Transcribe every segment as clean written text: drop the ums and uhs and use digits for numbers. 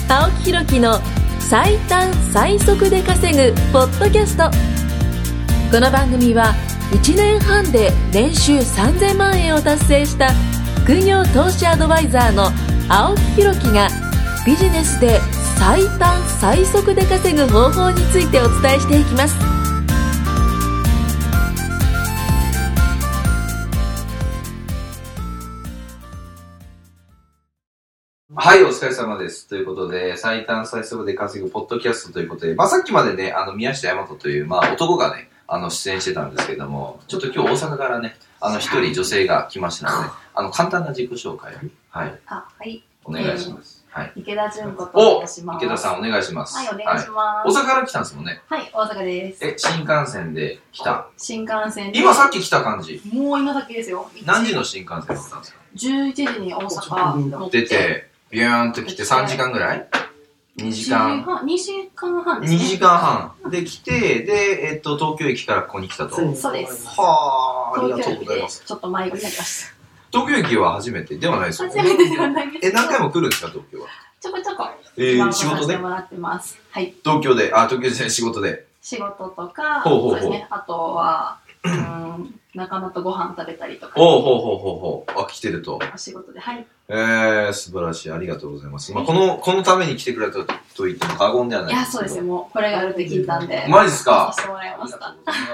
青木ひろきの最短最速で稼ぐポッドキャスト。この番組は1年半で年収3000万円を達成した副業投資アドバイザーの青木ひろきがビジネスで最短最速で稼ぐ方法についてお伝えしていきます。 はい、お疲れ様です。ということで、最短最速で稼ぐポッドキャストということで、さっきまでね、宮下大和という、男がね、出演してたんですけども、ちょっと今日大阪からね、一人女性が来ましたので、簡単な自己紹介を、はい。 はい。 お願いします。はい。 池田純子と申します。 池田さんお願いします。 はい、お願いします。 大阪から来たんですもんね。 はい、大阪です。 新幹線で来た。 新幹線で。 今さっき来た感じ。 もう今だけですよ。 何時の新幹線だったんですか？ 11時に大阪乗って。 出て、ビューンと来て3時間ぐらい ?2 時間。 2時間半ですね。 2時間半。で来て、で、東京駅からここに来たと。 そうです。 はぁ、ありがとうございます。 ちょっと迷子になりました。 東京駅は初めてではないですよね。 初めてではないです。 何回も来るんですか、東京は？ ちょこちょこ。 仕事でもらってます。はい。 東京で仕事で。 仕事とか、 そうですね。あとは、仲間とご飯食べたりとか。 来てると。 お仕事で、はい。 素晴らしい。ありがとうございます。このために来てくれたと言っても過言ではないです。 いや、そうですよ。もう、これがあるって聞いたんで。 マジですか？ させてもらいました。 ありがとうございます。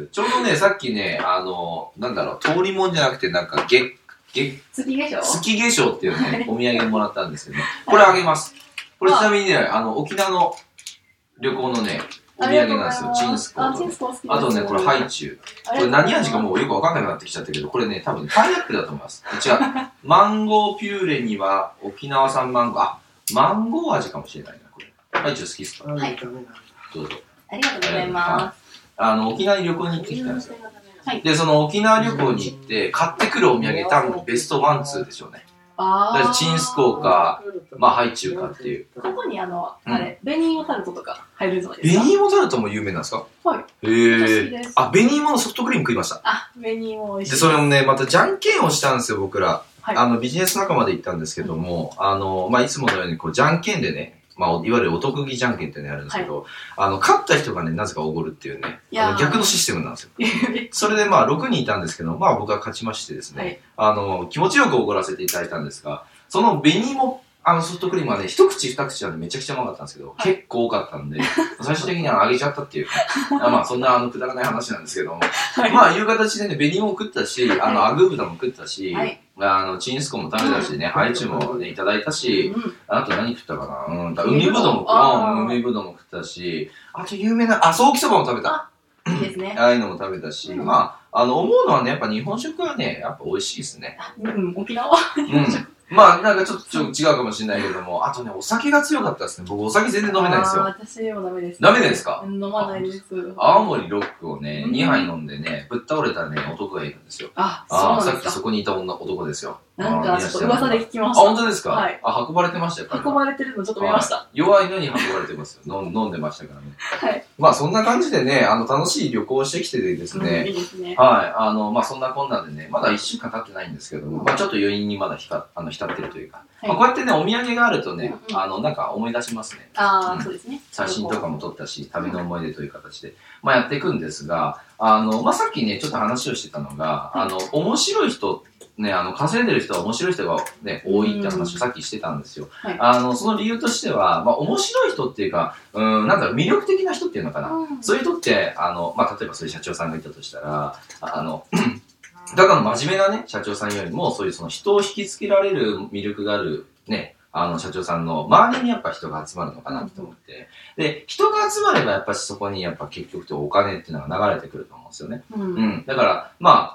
ちょうどね、さっきね、通りもんじゃなくて、月化粧っていうね、お土産もらったんですけどね。これあげます。これちなみにね、沖縄の旅行のね、お土産なんですよ。チンスコーと。あとね、これハイチュウ。これ何味かもうよくわかんなくなってきちゃったけど、これね、多分パイナップルだと思います。違う。マンゴーピューレには沖縄産マンゴー。マンゴー味かもしれないな、これ。ハイチュウ好きですか？ はい。 どうぞ。 ありがとうございます。 沖縄に旅行に行ってきたんですよ。で、その沖縄旅行に行って買ってくるお土産多分ベストワン、ツーでしょうね。チンスコーか、ハイチュウかっていう。 ここに紅芋タルトとか入るじゃないですか。 紅芋タルトも有名なんですか？はい。紅芋のソフトクリーム食いました。 紅芋美味しい。 で、それもね、またじゃんけんをしたんですよ、僕ら。ビジネス仲間で行ったんですけども、いつものようにじゃんけんでね、いわゆるお得意じゃんけんってのやるんですけど、勝った人がね、なぜかおごるっていうね、逆のシステムなんですよ。それで6人いたんですけど、僕が勝ちましてですね、気持ちよくおごらせていただいたんですが、その紅芋、ソフトクリームはね、一口二口はね、めちゃくちゃうまかったんですけど、結構多かったんで、最終的にあげちゃったっていうか、そんなくだらない話なんですけども、いう形でね、紅芋も食ったし、アグー豚も食ったし、チンスコも食べたしね、ハイチュウもね、いただいたし、あと何食ったかな、海ぶどうも食ったし、あと有名な、ソーキそばも食べた。 いいですね。 ああいうのも食べたし、思うのはね、やっぱ日本食はね、やっぱ美味しいですね。 沖縄ちょっと違うかもしれないけども、あとね、お酒が強かったですね。僕お酒全然飲めないんですよ。 私もダメです。 ダメですか？ 飲まないです。 青森ロックをね、2杯飲んでね、ぶっ倒れたね、男がいるんですよ。さっきそこにいた男ですよ。 なんか、ちょっと噂で聞きました。 本当ですか？はい。運ばれてましたよ。 運ばれてるのちょっと見ました。 弱いのに運ばれてますよ。飲んでましたからね。 はい。 そんな感じでね、楽しい旅行をしてきててですね。 いいですね。 はい。そんなこんなでね、まだ1週間経ってないんですけども、ちょっと余韻にまだ浸ってるというか。こうやってね、お土産があるとね、なんか思い出しますね。 そうですね。 写真とかも撮ったし、旅の思い出という形で、やっていくんですが、さっきね、ちょっと話をしてたのが、面白い人、ね、稼いでる人は面白い人がね、多いって話をさっきしてたんですよ。その理由としては、面白い人っていうか、魅力的な人っていうのかな。そういう人って、例えばそういう社長さんがいたとしたら、だから真面目なね、社長さんよりも、そういうその人を引きつけられる魅力があるね、社長さんの周りにやっぱ人が集まるのかなと思って。で、人が集まればやっぱそこにやっぱ結局お金っていうのが流れてくると思うんですよね。だから、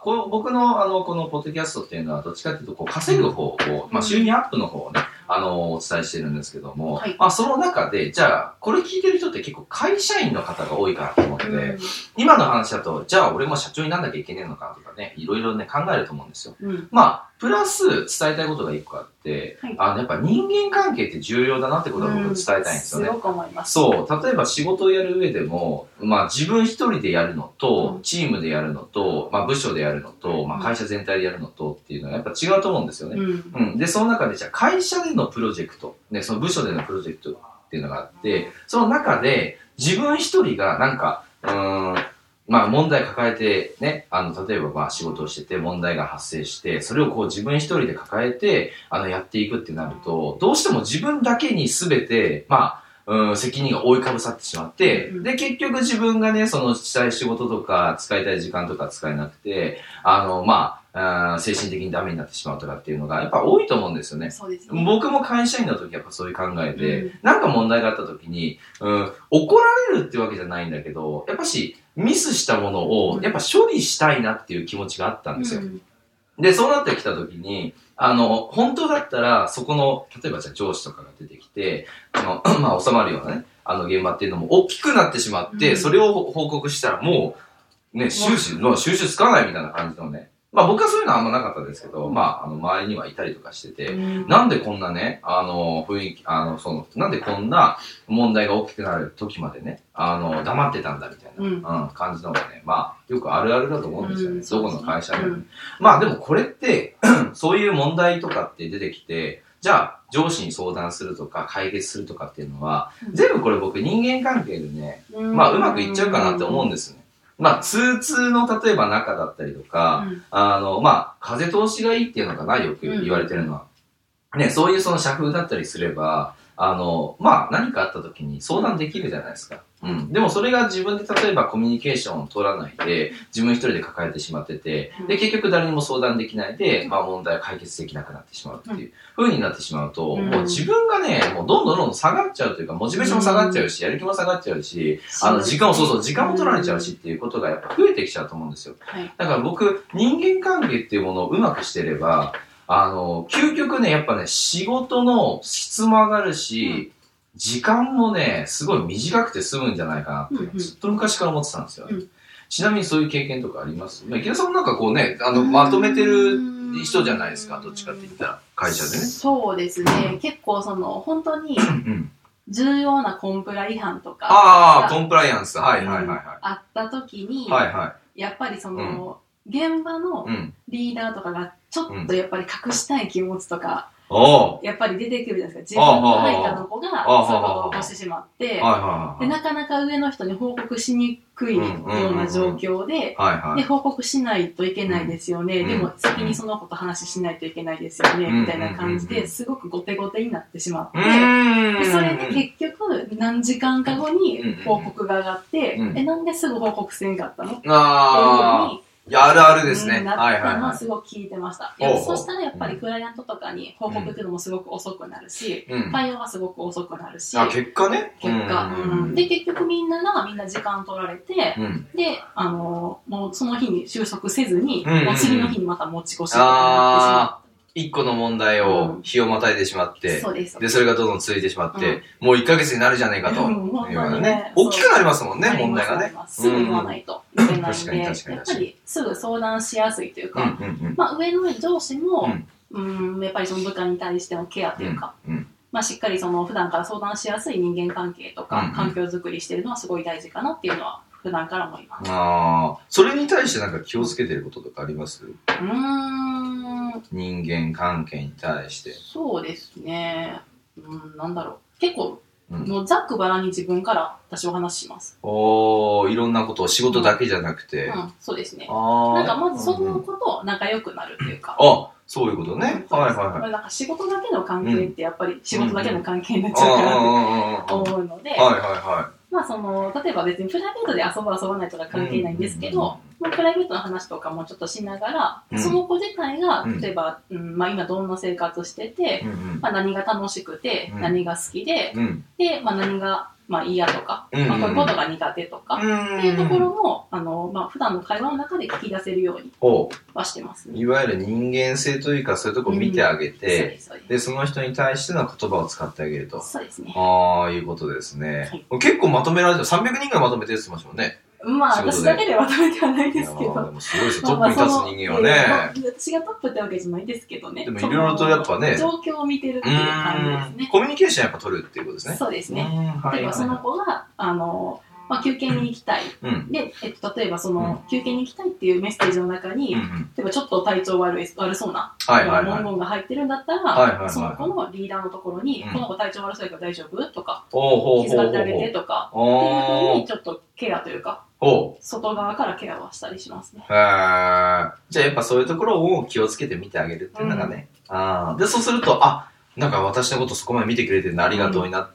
僕のこのポッドキャストっていうのはどっちかっていうと稼ぐ方を、収入アップの方をね、お伝えしてるんですけども、その中で、じゃあ、これ聞いてる人って結構会社員の方が多いかなと思って、今の話だと、じゃあ俺も社長になんなきゃいけねえのかとかね、いろいろね、考えると思うんですよ。 プラス伝えたいことが一個あって、 はい、 やっぱ人間関係って重要だなってことは僕伝えたいんですよね。 すごく思います。 そう。例えば仕事をやる上でも、まあ自分一人でやるのと、チームでやるのと、まあ部署でやるのと、まあ会社全体でやるのとっていうのはやっぱ違うと思うんですよね。で、その中でじゃあ会社でのプロジェクト、ね、その部署でのプロジェクトっていうのがあって、その中で自分一人がなんか、まあ問題抱えてね、例えばまあ仕事をしてて問題が発生して、それをこう自分一人で抱えて、やっていくってなると、どうしても自分だけに全て、まあ、責任が覆いかぶさってしまって、で、結局自分がね、そのしたい仕事とか、使いたい時間とか使えなくて、まあ、精神的にダメになってしまうとかっていうのがやっぱ多いと思うんですよね。 そうですね。 僕も会社員の時やっぱそういう考えで、なんか問題があった時に、怒られるってわけじゃないんだけど、やっぱしミスしたものをやっぱ処理したいなっていう気持ちがあったんですよ。で、そうなってきた時に、本当だったら、そこの、例えばじゃあ上司とかが出てきて、まあ収まるようなね、現場っていうのも大きくなってしまって、それを報告したらもう、ね、収集つかないみたいな感じのね、まあ僕はそういうのはあんまなかったですけど、まあ周りにはいたりとかしてて、なんでこんなね、雰囲気、なんでこんな問題が大きくなる時までね、黙ってたんだみたいな、感じのがね、まあよくあるあるだと思うんですよね。どこの会社でも。まあでもこれって、そういう問題とかって出てきて、じゃあ上司に相談するとか解決するとかっていうのは、全部これ僕人間関係でね、まあうまくいっちゃうかなって思うんですね。まあ、通の例えば仲だったりとか、まあ、風通しがいいっていうのかな、よく言われてるのは。ね、そういうその社風だったりすれば、まあ、何かあった時に相談できるじゃないですか。でもそれが自分で例えばコミュニケーションを取らないで、自分一人で抱えてしまってて、で、結局誰にも相談できないで、まあ問題を解決できなくなってしまうっていう風になってしまうと、もう自分がね、もうどんどん下がっちゃうというか、モチベーションも下がっちゃうし、やる気も下がっちゃうし、時間も取られちゃうしっていうことがやっぱ増えてきちゃうと思うんですよ。だから僕、人間関係っていうものをうまくしてれば、究極ね、やっぱね、仕事の質も上がるし、時間もね、すごい短くて済むんじゃないかなって、ずっと昔から思ってたんですよ。ちなみにそういう経験とかあります？池田さんもなんかこうね、まとめてる人じゃないですか、どっちかって言ったら、会社でね。 そうですね。結構本当に、重要なコンプラ違反とか。 コンプライアンス。はい。 あった時に、やっぱり現場のリーダーとかがちょっとやっぱり隠したい気持ちとか、やっぱり出てくるじゃないですか。自分の配下の子がそういうことを起こしてしまって、で、なかなか上の人に報告しにくいような状況で、で、報告しないといけないですよね。でも先にその子と話しないといけないですよね。みたいな感じですごくゴテゴテになってしまって、でそれで結局何時間か後に報告が上がって、なんですぐ報告せんかったのっていうふうに、 いや、あるあるですね。 なったのはすごく聞いてました。そしたらやっぱりクライアントとかに報告っていうのもすごく遅くなるし、対応はすごく遅くなるし。 結果ね。 で、結局みんな時間取られて、で、もうその日に収束せずに、もう次の日にまた持ち越しとかになってしまう。 一個の問題を日をまたいでしまって、で、それがどんどん続いてしまって、もう1ヶ月になるじゃねえかと。大きくなりますもんね、問題がね。 すぐ言わないといけないんで、やっぱりすぐ相談しやすいというか、まあ上の上司も、やっぱりその部下に対してのケアというか、まあしっかり普段から相談しやすい人間関係とか、環境づくりしてるのはすごい大事かなっていうのは、普段から思います。 それに対してなんか気をつけてることとかあります？人間関係に対して。 そうですね。なんだろう。結構、もうざっくばらんに自分から私お話しします。 いろんなことを仕事だけじゃなくて。 そうですね。なんかまずそのことを仲良くなるっていうか。 そういうことね。 なんか仕事だけの関係ってやっぱり仕事だけの関係になっちゃうかなって思うので。まあ例えば別にプライベートで遊ばないとか関係ないんですけど、プライベートの話とかもちょっとしながら、その子自体が、例えば、まあ今どんな生活してて、まあ何が楽しくて、何が好きで、で、まあ何が、まあ嫌とか、まあこういうことが苦手とか、っていうところも、まあ普段の会話の中で聞き出せるようにはしてますね。 いわゆる人間性というか、そういうところを見てあげて、で、その人に対しての言葉を使ってあげると。 そうですね。 いうことですね。結構まとめられて、300人ぐらいまとめてるって言ってましたもんね。 まあ、私だけでは食べてはないですけど。 でもすごいですよ、トップに立つ人間はね。 私がトップってわけじゃないですけどね。 でもいろいろとやっぱね。 状況を見てるっていう感じですね。 コミュニケーションやっぱ取るっていうことですね。 そうですね。例えばその子が、休憩に行きたい。で、例えばその、休憩に行きたいっていうメッセージの中に、例えばちょっと体調悪そうな文言が入ってるんだったら、その子のリーダーのところに、この子体調悪そうやから大丈夫とか、気遣ってあげてとか、っていうふうにちょっとケアというか、外側からケアはしたりしますね。 じゃあやっぱそういうところを気をつけて見てあげるっていうのがね。で、そうすると、なんか私のことそこまで見てくれてるのありがとうになって、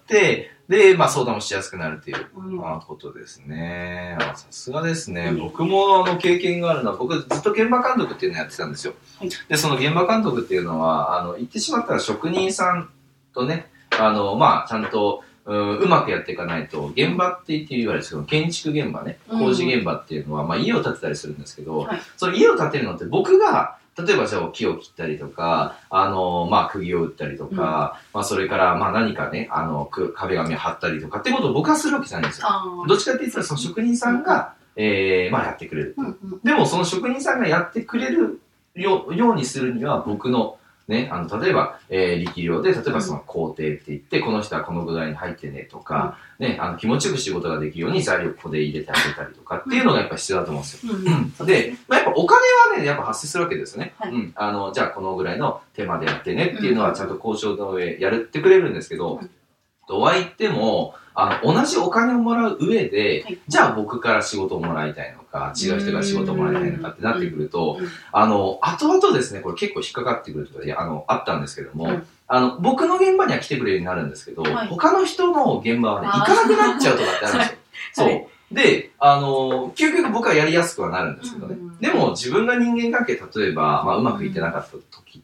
で、相談もしやすくなるっていう、ことですね。さすがですね。僕も経験があるのは、僕ずっと現場監督っていうのをやってたんですよ。で、その現場監督っていうのは、言ってしまったら職人さんとね、ちゃんと、うまくやっていかないと、現場って言われるんですけど、建築現場ね、工事現場っていうのは、家を建てたりするんですけど、その家を建てるのって僕が、例えばじゃあ木を切ったりとか、釘を打ったりとか、それから何かね、壁紙を貼ったりとかってことを僕はするわけじゃないんですよ。どっちかって言ったらその職人さんが、やってくれる。でもその職人さんがやってくれるようにするには僕のね、例えば、力量で、例えばその工程って言って、この人はこのぐらいに入ってねとか、ね、気持ちよく仕事ができるように材料ここで入れてあげたりとかっていうのがやっぱ必要だと思うんですよ。で、やっぱお金はね、やっぱ発生するわけですよね。じゃあこのぐらいの手間でやってねっていうのはちゃんと交渉の上やってくれるんですけど、とは言っても、同じお金をもらう上で、じゃあ僕から仕事をもらいたいのか、違う人が仕事をもらいたいのかってなってくると、後々ですね、これ結構引っかかってくるとかで、あったんですけども、僕の現場には来てくれるようになるんですけど、他の人の現場はね、行かなくなっちゃうとかってあるんですよ。そう。で、究極僕はやりやすくはなるんですけどね。でも自分が人間関係、例えば、うまくいってなかった時って、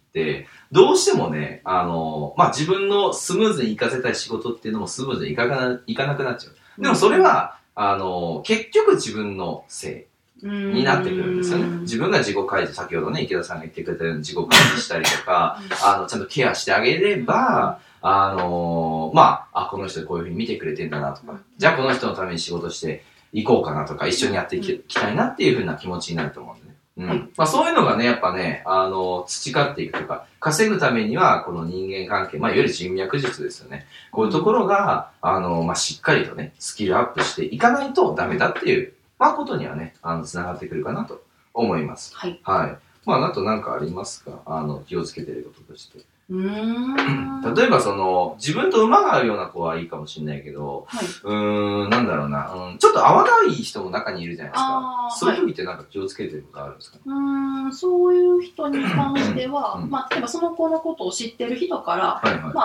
どうしてもね、自分のスムーズに行かせたい仕事っていうのもスムーズにいかなくなっちゃう。でもそれは、結局自分のせいになってくるんですよね。自分が自己開示、先ほどね、池田さんが言ってくれたように自己開示したりとか、ちゃんとケアしてあげれば、この人こういうふうに見てくれてんだなとか、じゃあこの人のために仕事していこうかなとか、一緒にやっていきたいなっていうふうな気持ちになると思うんでね。そういうのがね、やっぱね、培っていくというか、稼ぐためには、この人間関係、いわゆる人脈術ですよね。こういうところが、しっかりとね、スキルアップしていかないとダメだっていう、ことにはね、繋がってくるかなと思います。はい。あとなんかありますか？気をつけてることとして。例えば自分と馬が合うような子はいいかもしれないけど、なんだろうな、ちょっと合わない人も中にいるじゃないですか。そういう時ってなんか気をつけてることあるんですか？ そういう人に関しては、例えばその子のことを知ってる人から、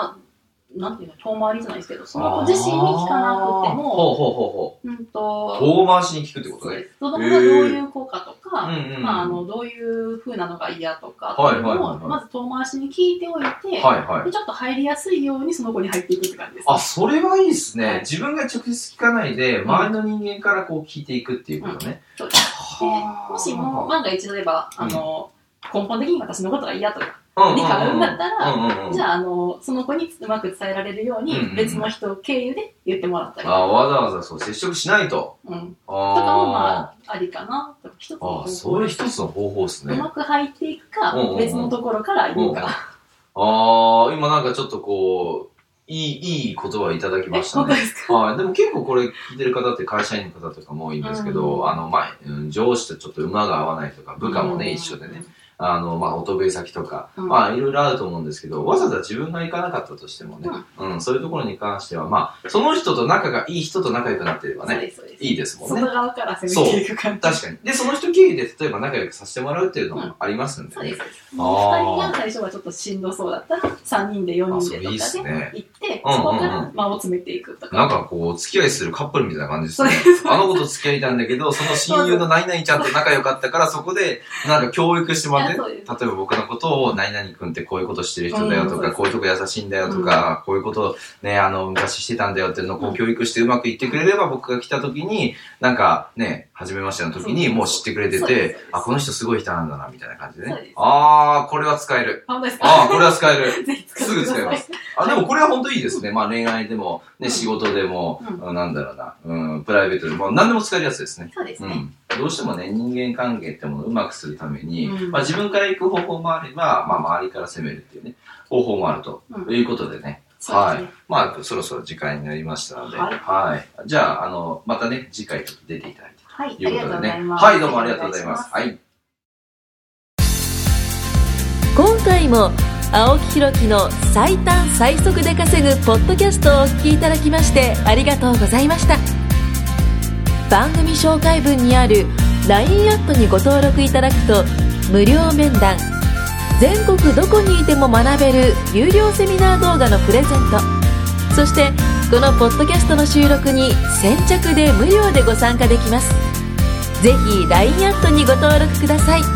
なんていうの、遠回りじゃないですけど、その子自身に聞かなくても、 遠回しに聞くってことね。 子供がどういう子かとか、どういう風なのが嫌とかっていうのを、まず遠回しに聞いておいて、でちょっと入りやすいようにその子に入っていくって感じです。 それはいいですね。自分が直接聞かないで、周りの人間からこう聞いていくっていうことね。 そうです。もしも、万が一例えば、根本的に私のことが嫌とか、に変わるんだったら、じゃあ、その子にうまく伝えられるように、別の人経由で言ってもらったり。 わざわざそう接触しないと。 とかもありかな。 そういう一つの方法ですね。 うまく入っていくか、別のところから言うか。 今なんかちょっとこう、いい言葉いただきましたね。 本当ですか？ でも結構これ聞いてる方って会社員の方とかも多いんですけど、上司とちょっと馬が合わないとか、部下もね、一緒でね。お得意先とか、いろいろあると思うんですけど、わざわざ自分が行かなかったとしてもね、そういうところに関しては、その人と仲がいい人と仲良くなってればね、いいですもんね。 外側から攻めていく感じ。 確かに。で、その人経由で例えば仲良くさせてもらうっていうのもありますんでね。 そうです。2人が最初はちょっとしんどそうだったら、3人で4人でとかで行って、そこから間を詰めていくとか。 なんかこう、付き合いするカップルみたいな感じですね。あの子と付き合いたんだけど、その親友の何々ちゃんと仲良かったから、そこでなんか教育してもらっ例えば僕のことを何々君ってこういうことしてる人だよとか、こういうとこ優しいんだよとか、こういうことね、昔してたんだよっていうのをこう教育してうまくいってくれれば、僕が来た時に、なんかね、初めましての時にもう知ってくれてて、あ、この人すごい人なんだな、みたいな感じでね。これは使える。 本当ですか？ これは使える。すぐ使えます。でもこれは本当いいですね。まあ恋愛でも、ね、仕事でも、なんだろうな、プライベートでも、何でも使えるやつですね。 そうですね。 どうしてもね、人間関係ってものをうまくするために、まあ自分から行く方法もあれば、まあ周りから攻めるっていうね、方法もあるということでね。はい。まあ、そろそろ時間になりましたので、はい。じゃあ、またね、次回ちょっと出ていただいて。 はい、ありがとうございます。 はい、どうもありがとうございます。はい。 今回も青木ひろきの最短最速で稼ぐポッドキャストをお聞きいただきましてありがとうございました。番組紹介文にある LINE アットにご登録いただくと無料面談、全国どこにいても学べる有料セミナー動画のプレゼント、そしてこのポッドキャストの収録に先着で無料でご参加できます。ぜひ LINE アットにご登録ください。